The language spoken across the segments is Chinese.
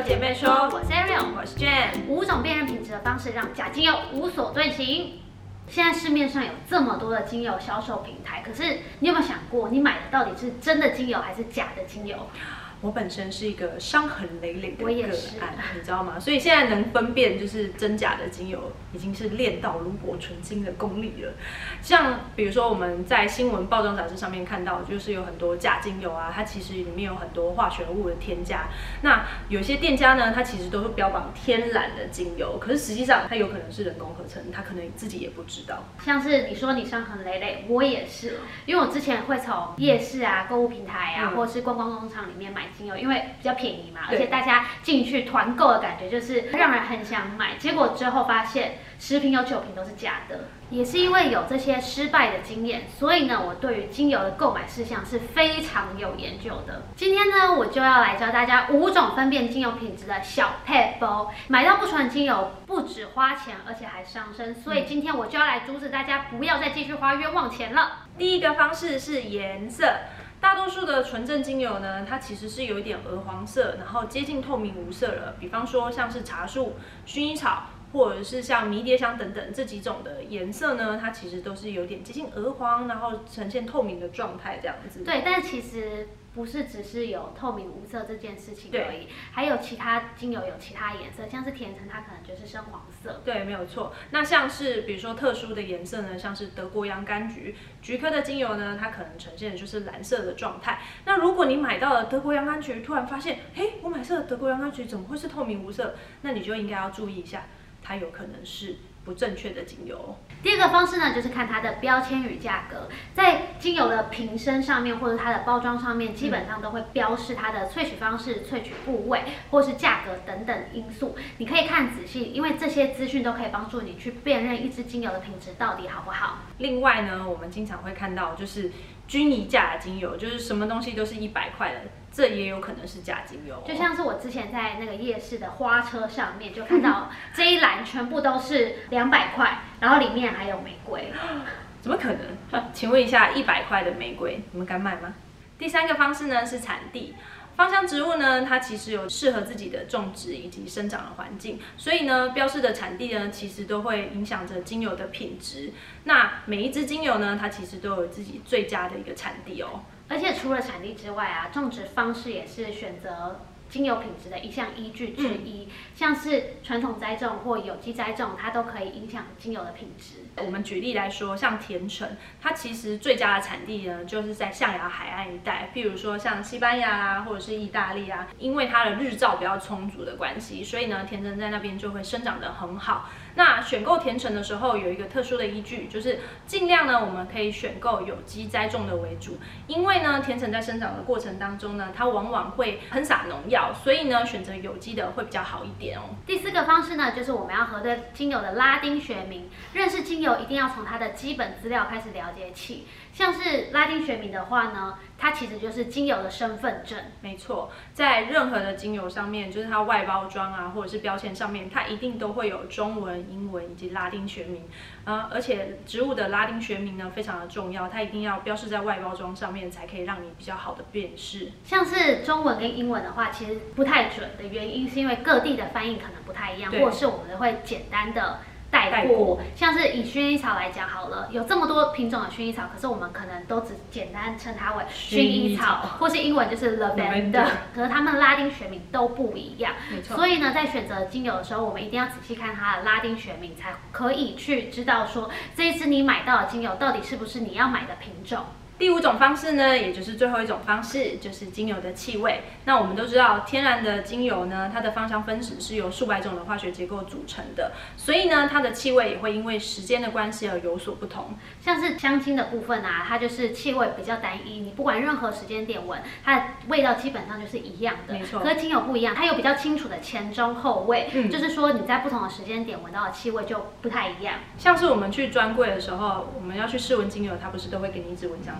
姐妹说， 我是 Ariel， 我是 Jen。 5种辨认品质的方式，让假精油无所遁形。现在市面上有这么多的精油销售平台，可是你有没有想过，你买的到底是真的精油还是假的精油？ 我本身是一个伤痕累累的个案，你知道吗？所以现在能分辨就是真假的精油，已经是练到炉火纯青的功力了。像比如说我们在新闻报章杂志上面看到，就是有很多假精油啊，它其实里面有很多化学物的添加。那有些店家呢，它其实都是标榜天然的精油，可是实际上它有可能是人工合成，它可能自己也不知道。 像是你说你伤痕累累，我也是，因为我之前会从夜市啊、购物平台啊，或者是观光工厂里面买精油，因为比较便宜嘛，而且大家进去团购的感觉就是让人很想买。结果之后发现10瓶有9瓶都是假的，也是因为有这些失败的经验，所以呢，我对于精油的购买事项是非常有研究的。今天呢，我就要来教大家5种分辨精油品质的小撇步。买到不纯精油，不只花钱，而且还伤身，所以今天我就要来阻止大家不要再继续花冤枉钱了。 第一个方式是颜色。大多数的纯正精油呢，它其实是有一点鹅黄色，然后接近透明无色了。比方说像是茶树、薰衣草，或者是像迷迭香等等这几种的颜色呢，它其实都是有点接近鹅黄，然后呈现透明的状态这样子。 对，但其实不是只是有透明无色这件事情而已，还有其他精油有其他颜色，像是甜橙它可能就是深黄色。 对，没有错。那像是比如说特殊的颜色呢，像是德国洋甘菊，菊科的精油呢，它可能呈现的就是蓝色的状态。那如果你买到了德国洋甘菊，突然发现，嘿，我买色的德国洋甘菊怎么会是透明无色？那你就应该要注意一下，它有可能是不正确的精油。 第二个方式呢，就是看它的标签与价格，在精油的瓶身上面或者它的包装上面，基本上都会标示它的萃取方式、萃取部位或是价格等等因素。你可以看仔细，因为这些资讯都可以帮助你去辨认一支精油的品质到底好不好。 另外呢，我们经常会看到就是均一价的精油，就是什么东西都是100块的，这也有可能是假精油。 就像是我之前在那个夜市的花车上面就看到这一篮全部都是200块，然后里面还有玫瑰。 怎么可能？请问一下，100块的玫瑰，你们敢买吗？第三个方式呢是产地。芳香植物呢，它其实有适合自己的种植以及生长的环境，所以呢，标示的产地呢，其实都会影响着精油的品质。那每一支精油呢，它其实都有自己最佳的一个产地哦。 而且除了产地之外啊，种植方式也是选择精油品质的一项依据之一，像是传统栽种或有机栽种，它都可以影响精油的品质。 我们举例来说，像甜橙，它其实最佳的产地呢，就是在象牙海岸一带，譬如说像西班牙啊，或者是意大利啊，因为它的日照比较充足的关系，所以呢，甜橙在那边就会生长得很好。那选购甜橙的时候，有一个特殊的依据，就是尽量呢，我们可以选购有机栽种的为主，因为呢，甜橙在生长的过程当中呢，它往往会喷洒农药，所以呢，选择有机的会比较好一点哦。 第4个方式呢，就是我们要核对精油的拉丁学名，认识精油一定要从它的基本资料开始了解起。像是拉丁学名的话呢，它其实就是精油的身份证。 没错，在任何的精油上面，就是它外包装啊，或者是标签上面，它一定都会有中文、英文以及拉丁学名。而且植物的拉丁学名呢非常的重要，它一定要标示在外包装上面，才可以让你比较好的辨识。 像是中文跟英文的话，其实不太准的原因是因为各地的翻译可能不太一样，或者是我们会简单的带过。像是以薰衣草来讲好了，有这么多品种的薰衣草，可是我们可能都只简单称它为薰衣草，或是英文就是 lavender， 可是它们拉丁学名都不一样。 没错。 所以呢，在选择精油的时候，我们一定要仔细看它的拉丁学名，才可以去知道说这一支你买到的精油到底是不是你要买的品种。 第5种方式呢，也就是最后一种方式，就是精油的气味。那我们都知道，天然的精油呢，它的芳香分子是由数百种的化学结构组成的，所以呢，它的气味也会因为时间的关系而有所不同。 像是香精的部分啊，它就是气味比较单一，你不管任何时间点闻，它的味道基本上就是一样的。 没错。 可是精油不一样，它有比较清楚的前中后味，就是说你在不同的时间点闻到的气味就不太一样。 像是我们去专柜的时候，我们要去试闻精油，它不是都会给你一支蚊香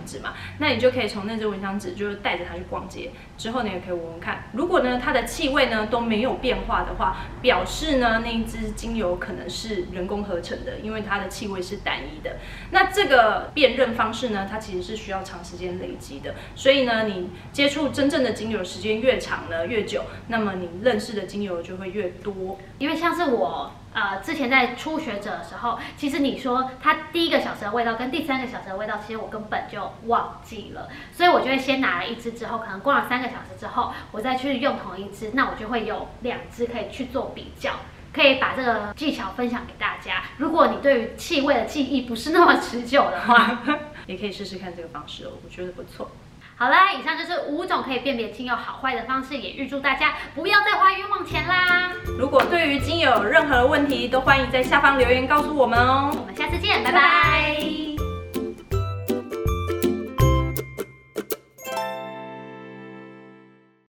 纸嘛，那你就可以从那支蚊香纸就是带着它去逛街，之后呢也可以闻闻看，如果呢它的气味呢都没有变化的话，表示呢那一支精油可能是人工合成的，因为它的气味是单一的。那这个辨认方式呢，它其实是需要长时间累积的，所以呢你接触真正的精油时间越长呢越久，那么你认识的精油就会越多。 因为像是我之前在初学者的时候，其实你说它第1个小时的味道跟第3个小时的味道，其实我根本就忘记了，所以我就会先拿了1支之后，可能过了3个小时之后，我再去用同一支，那我就会有2支可以去做比较。可以把这个技巧分享给大家。如果你对于气味的记忆不是那么持久的话， 也可以试试看这个方式哦，我觉得不错。 好啦，以上就是5种可以辨别精油好坏的方式，也预祝大家不要再花冤枉钱啦！ 如果对于精油有任何问题，都欢迎在下方留言告诉我们哦。 我们下次见，拜拜。